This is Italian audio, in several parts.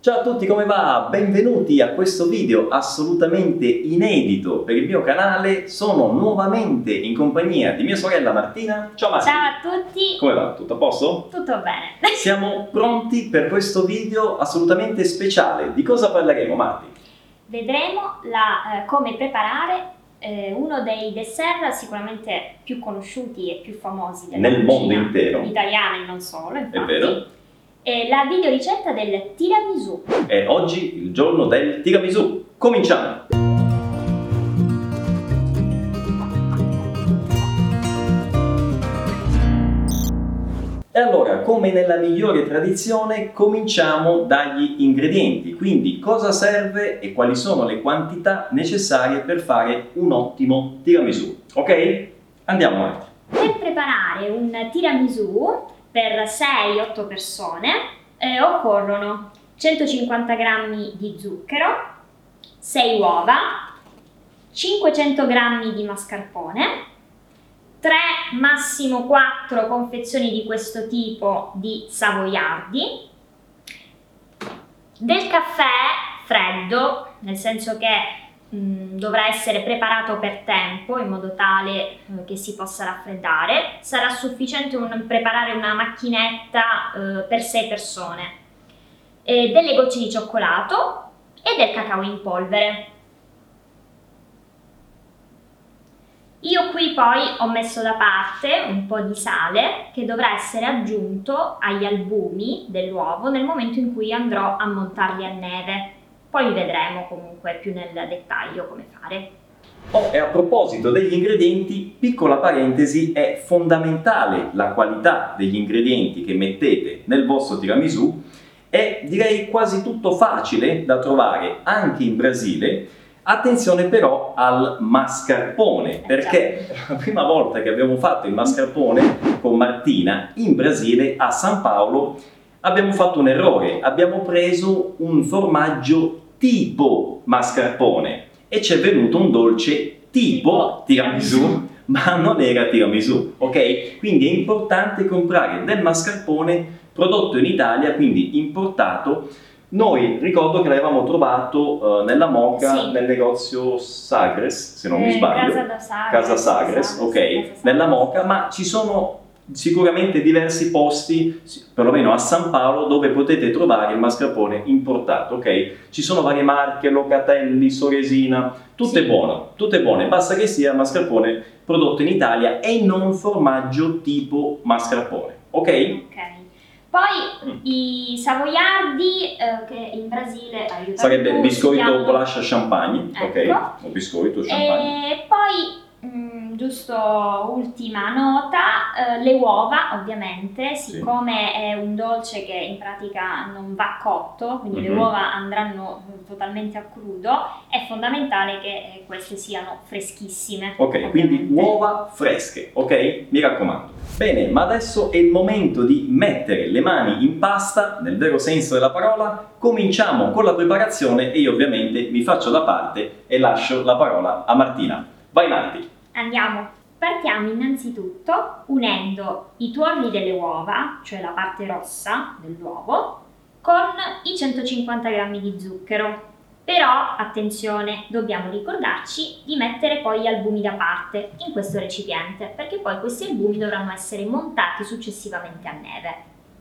Ciao a tutti, come va? Benvenuti a questo video assolutamente inedito per il mio canale. Sono nuovamente in compagnia di mia sorella Martina. Ciao Martina! Ciao a tutti! Come va? Tutto a posto? Tutto bene! Siamo pronti per questo video assolutamente speciale. Di cosa parleremo, Marti? Vedremo come preparare uno dei dessert sicuramente più conosciuti e più famosi nel mondo intero, italiana e non solo, infatti. È vero. La videoricetta del tiramisù. È oggi il giorno del tiramisù. Cominciamo! E allora, come nella migliore tradizione, cominciamo dagli ingredienti. Quindi cosa serve e quali sono le quantità necessarie per fare un ottimo tiramisù. Ok? Andiamo avanti. Per preparare un tiramisù per 6-8 persone occorrono 150 g di zucchero, 6 uova, 500 g di mascarpone, 3, massimo 4 confezioni di questo tipo di savoiardi, del caffè freddo, nel senso che dovrà essere preparato per tempo in modo tale che si possa raffreddare. Sarà sufficiente preparare una macchinetta per 6 persone, delle gocce di cioccolato e del cacao in polvere. Io qui poi ho messo da parte un po' di sale che dovrà essere aggiunto agli albumi dell'uovo nel momento in cui andrò a montarli a neve. Poi vedremo comunque più nel dettaglio come fare. E a proposito degli ingredienti, piccola parentesi, è fondamentale la qualità degli ingredienti che mettete nel vostro tiramisù. È direi quasi tutto facile da trovare anche in Brasile. Attenzione però al mascarpone, perché la prima volta che abbiamo fatto il mascarpone con Martina in Brasile, a San Paolo, abbiamo fatto un errore. Abbiamo preso un formaggio tipo mascarpone e ci è venuto un dolce tipo tiramisù, ma non era tiramisù, ok? Quindi è importante comprare del mascarpone prodotto in Italia, quindi importato. Noi ricordo che l'avevamo trovato nella Moca, sì, nel negozio Sagres, se non mi sbaglio. Casa Sagres, ok, nella Moca, ma ci sono sicuramente diversi posti, perlomeno a San Paolo, dove potete trovare il mascarpone importato, ok? Ci sono varie marche, Locatelli, Soresina, tutte buone, basta che sia mascarpone prodotto in Italia e non formaggio tipo mascarpone, ok? Poi i savoiardi che in Brasile aiutano. Sarebbe biscoito Bolacha Champagne, ecco. Ok? O biscoito champagne. E poi, giusto ultima nota, le uova ovviamente, siccome è un dolce che in pratica non va cotto, quindi le uova andranno totalmente a crudo, è fondamentale che queste siano freschissime. Ok, ovviamente. Quindi uova fresche, ok? Mi raccomando. Bene, ma adesso è il momento di mettere le mani in pasta, nel vero senso della parola. Cominciamo con la preparazione e io ovviamente mi faccio da parte e lascio la parola a Martina. Vai Marti! Andiamo! Partiamo innanzitutto unendo i tuorli delle uova, cioè la parte rossa dell'uovo, con i 150 g di zucchero. Però, attenzione, dobbiamo ricordarci di mettere poi gli albumi da parte in questo recipiente, perché poi questi albumi dovranno essere montati successivamente a neve.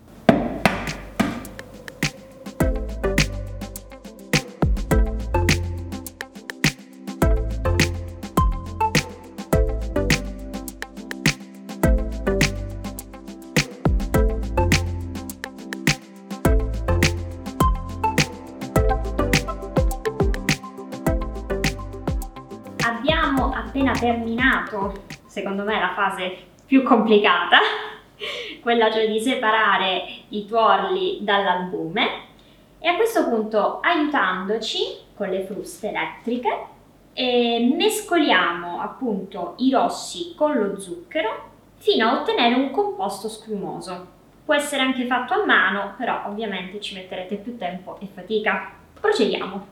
Abbiamo appena terminato, secondo me, la fase più complicata, quella cioè di separare i tuorli dall'albume, e a questo punto, aiutandoci con le fruste elettriche, mescoliamo appunto i rossi con lo zucchero fino a ottenere un composto schiumoso. Può essere anche fatto a mano, però ovviamente ci metterete più tempo e fatica. Procediamo.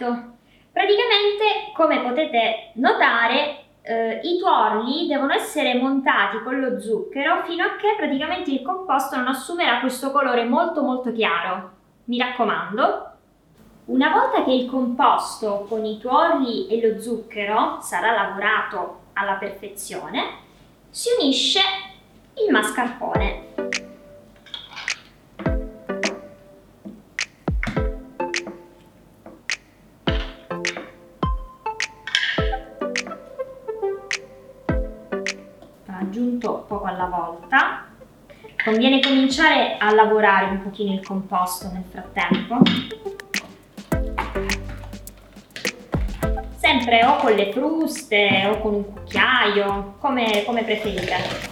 Perfetto. Praticamente, come potete notare, i tuorli devono essere montati con lo zucchero fino a che praticamente il composto non assumerà questo colore molto molto chiaro. Mi raccomando. Una volta che il composto con i tuorli e lo zucchero sarà lavorato alla perfezione, si unisce il mascarpone. Aggiunto poco alla volta. Conviene cominciare a lavorare un pochino il composto nel frattempo. Sempre o con le fruste o con un cucchiaio, come preferite.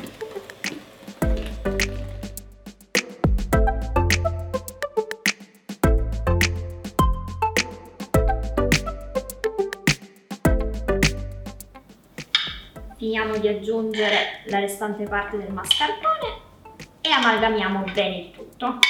Finiamo di aggiungere la restante parte del mascarpone e amalgamiamo bene il tutto.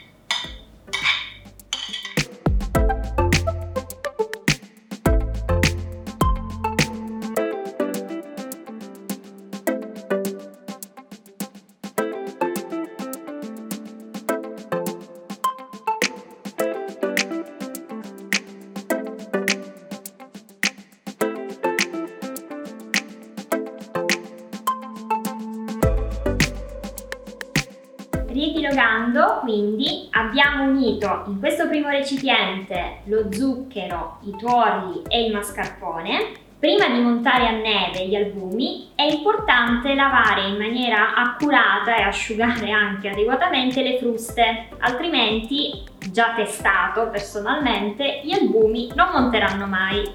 Riepilogando, quindi, abbiamo unito in questo primo recipiente lo zucchero, i tuorli e il mascarpone. Prima di montare a neve gli albumi è importante lavare in maniera accurata e asciugare anche adeguatamente le fruste, altrimenti, già testato personalmente, gli albumi non monteranno mai.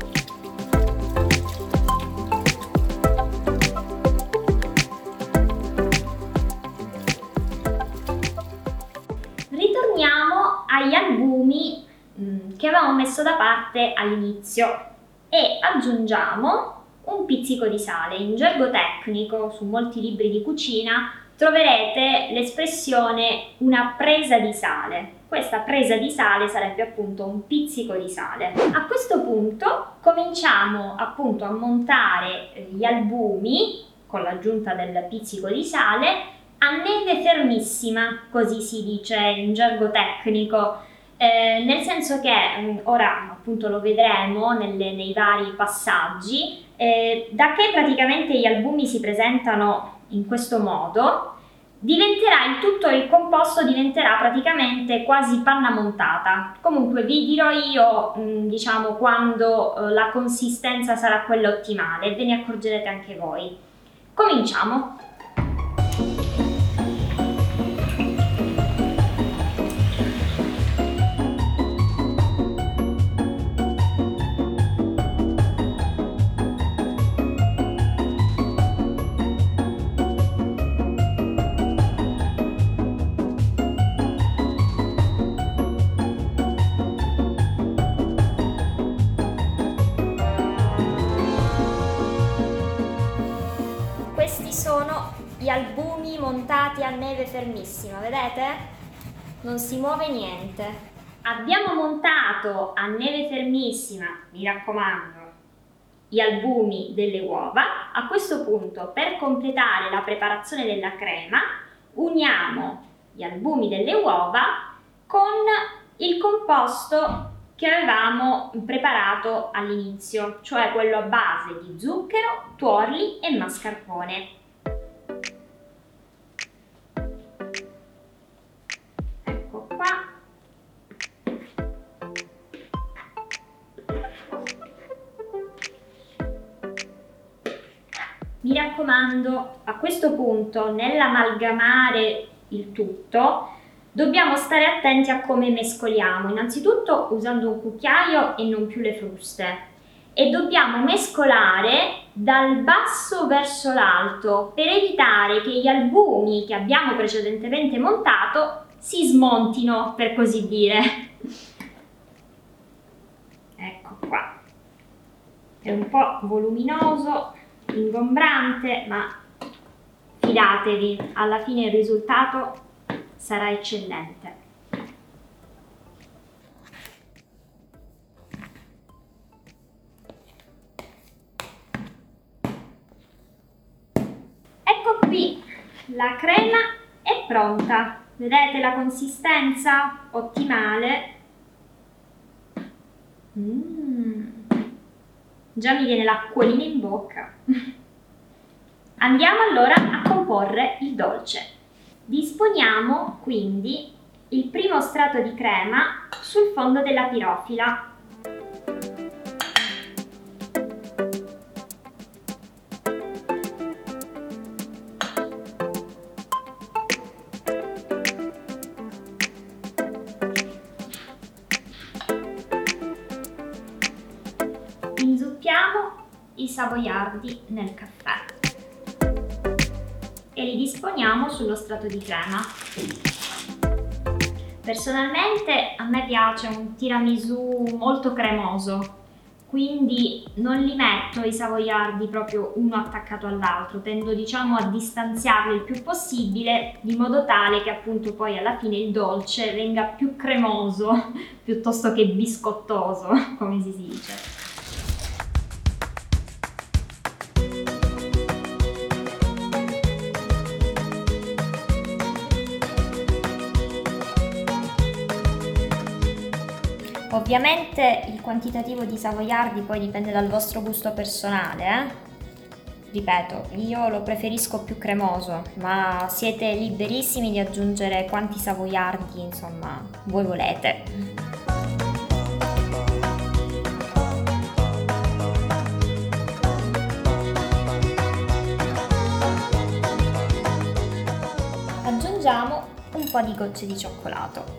Ritorniamo agli albumi che avevamo messo da parte all'inizio e aggiungiamo un pizzico di sale. In gergo tecnico, su molti libri di cucina, troverete l'espressione una presa di sale. Questa presa di sale sarebbe appunto un pizzico di sale. A questo punto cominciamo appunto a montare gli albumi con l'aggiunta del pizzico di sale a neve fermissima, così si dice in gergo tecnico, nel senso che ora appunto lo vedremo nei vari passaggi, da che praticamente gli albumi si presentano in questo modo, il composto diventerà praticamente quasi panna montata. Comunque vi dirò io, diciamo, quando la consistenza sarà quella ottimale, ve ne accorgerete anche voi. Cominciamo! Questi sono gli albumi montati a neve fermissima, vedete? Non si muove niente. Abbiamo montato a neve fermissima, mi raccomando, gli albumi delle uova. A questo punto, per completare la preparazione della crema, uniamo gli albumi delle uova con il composto che avevamo preparato all'inizio, cioè quello a base di zucchero, tuorli e mascarpone. Ecco qua. Mi raccomando, a questo punto, nell'amalgamare il tutto, dobbiamo stare attenti a come mescoliamo, innanzitutto usando un cucchiaio e non più le fruste, e dobbiamo mescolare dal basso verso l'alto per evitare che gli albumi che abbiamo precedentemente montato si smontino, per così dire. Ecco qua. È un po' voluminoso, ingombrante, ma fidatevi, alla fine il risultato sarà eccellente. La crema è pronta. Vedete la consistenza? Ottimale. Già mi viene l'acquolina in bocca. Andiamo allora a comporre il dolce. Disponiamo quindi il primo strato di crema sul fondo della pirofila. Inzuppiamo i savoiardi nel caffè e li disponiamo sullo strato di crema. Personalmente a me piace un tiramisù molto cremoso, quindi non li metto i savoiardi proprio uno attaccato all'altro, tendo diciamo a distanziarli il più possibile, di modo tale che appunto poi alla fine il dolce venga più cremoso piuttosto che biscottoso, come si dice. Ovviamente il quantitativo di savoiardi poi dipende dal vostro gusto personale, Ripeto, io lo preferisco più cremoso, ma siete liberissimi di aggiungere quanti savoiardi, insomma, voi volete. Aggiungiamo un po' di gocce di cioccolato.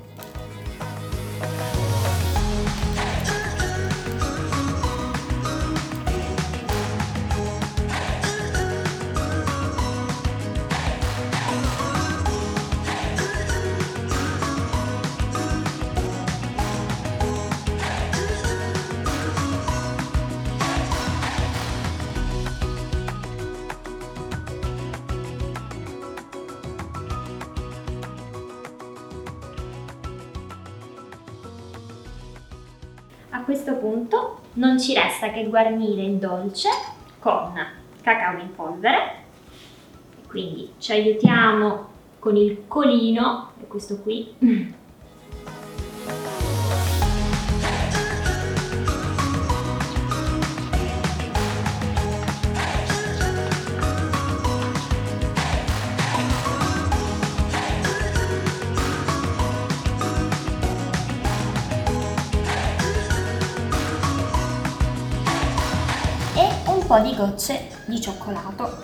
A questo punto non ci resta che guarnire il dolce con cacao in polvere, quindi ci aiutiamo con il colino, è questo qui. Un po' di gocce di cioccolato.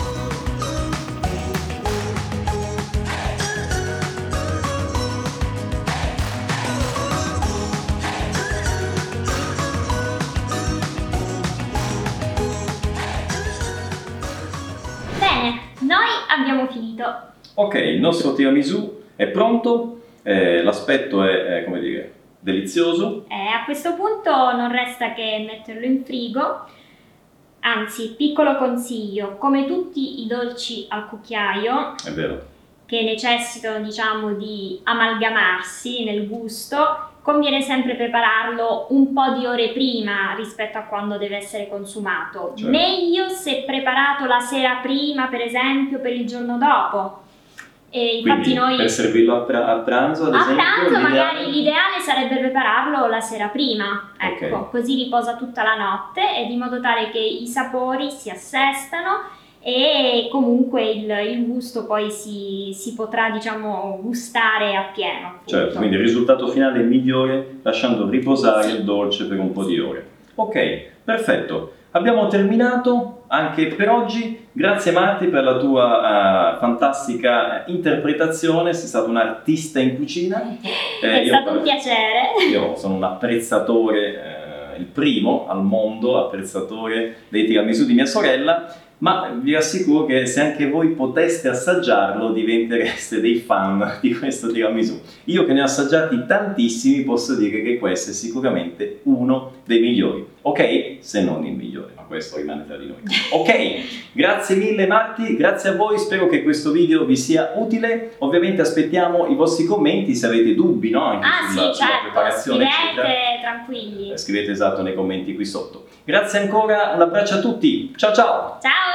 Bene, noi abbiamo finito. Ok, il nostro tiramisù è pronto, l'aspetto è, come dire, delizioso. A questo punto non resta che metterlo in frigo. Anzi, piccolo consiglio, come tutti i dolci al cucchiaio, È vero. che necessitano, diciamo, di amalgamarsi nel gusto, conviene sempre prepararlo un po' di ore prima rispetto a quando deve essere consumato. Certo. Meglio se preparato la sera prima, per esempio, per il giorno dopo. E infatti Quindi, noi per servirlo a pranzo, ad a esempio, pranzo magari l'ideale sarebbe prepararlo la sera prima, ecco, Ok. così riposa tutta la notte e di modo tale che i sapori si assestano e comunque il gusto poi si potrà, diciamo, gustare appieno. Appunto. Certo, quindi il risultato finale è migliore lasciando riposare Sì. il dolce per un po' di ore. Ok, perfetto. Abbiamo terminato anche per oggi. Grazie Marti per la tua fantastica interpretazione, sei stato un artista in cucina. È stato un piacere. Io sono un apprezzatore, il primo al mondo apprezzatore dei tiramisù di mia sorella, ma vi assicuro che se anche voi poteste assaggiarlo diventereste dei fan di questo tiramisù. Io che ne ho assaggiati tantissimi posso dire che questo è sicuramente uno dei migliori, ok? Se non il migliore, ma questo rimane tra di noi. Ok, grazie mille Marti, grazie a voi, spero che questo video vi sia utile. Ovviamente aspettiamo i vostri commenti se avete dubbi, no? Anche sulla Certo, preparazione, scrivete eccetera. tranquilli. Scrivete esatto nei commenti qui sotto. Grazie ancora, un abbraccio a tutti, ciao ciao! Ciao!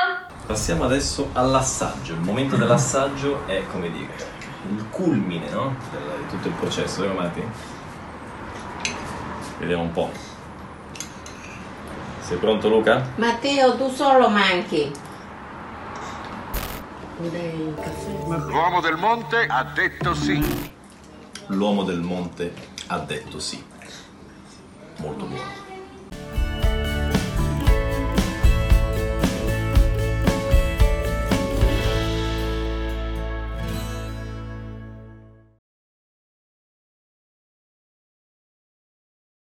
Passiamo adesso all'assaggio. Il momento dell'assaggio è, come dire, il culmine, no? Di tutto il processo, vero Matti? Vediamo un po'. Sei pronto Luca? Matteo, tu solo manchi. Dei caffè. L'uomo del monte ha detto sì. L'uomo del monte ha detto sì. Molto buono.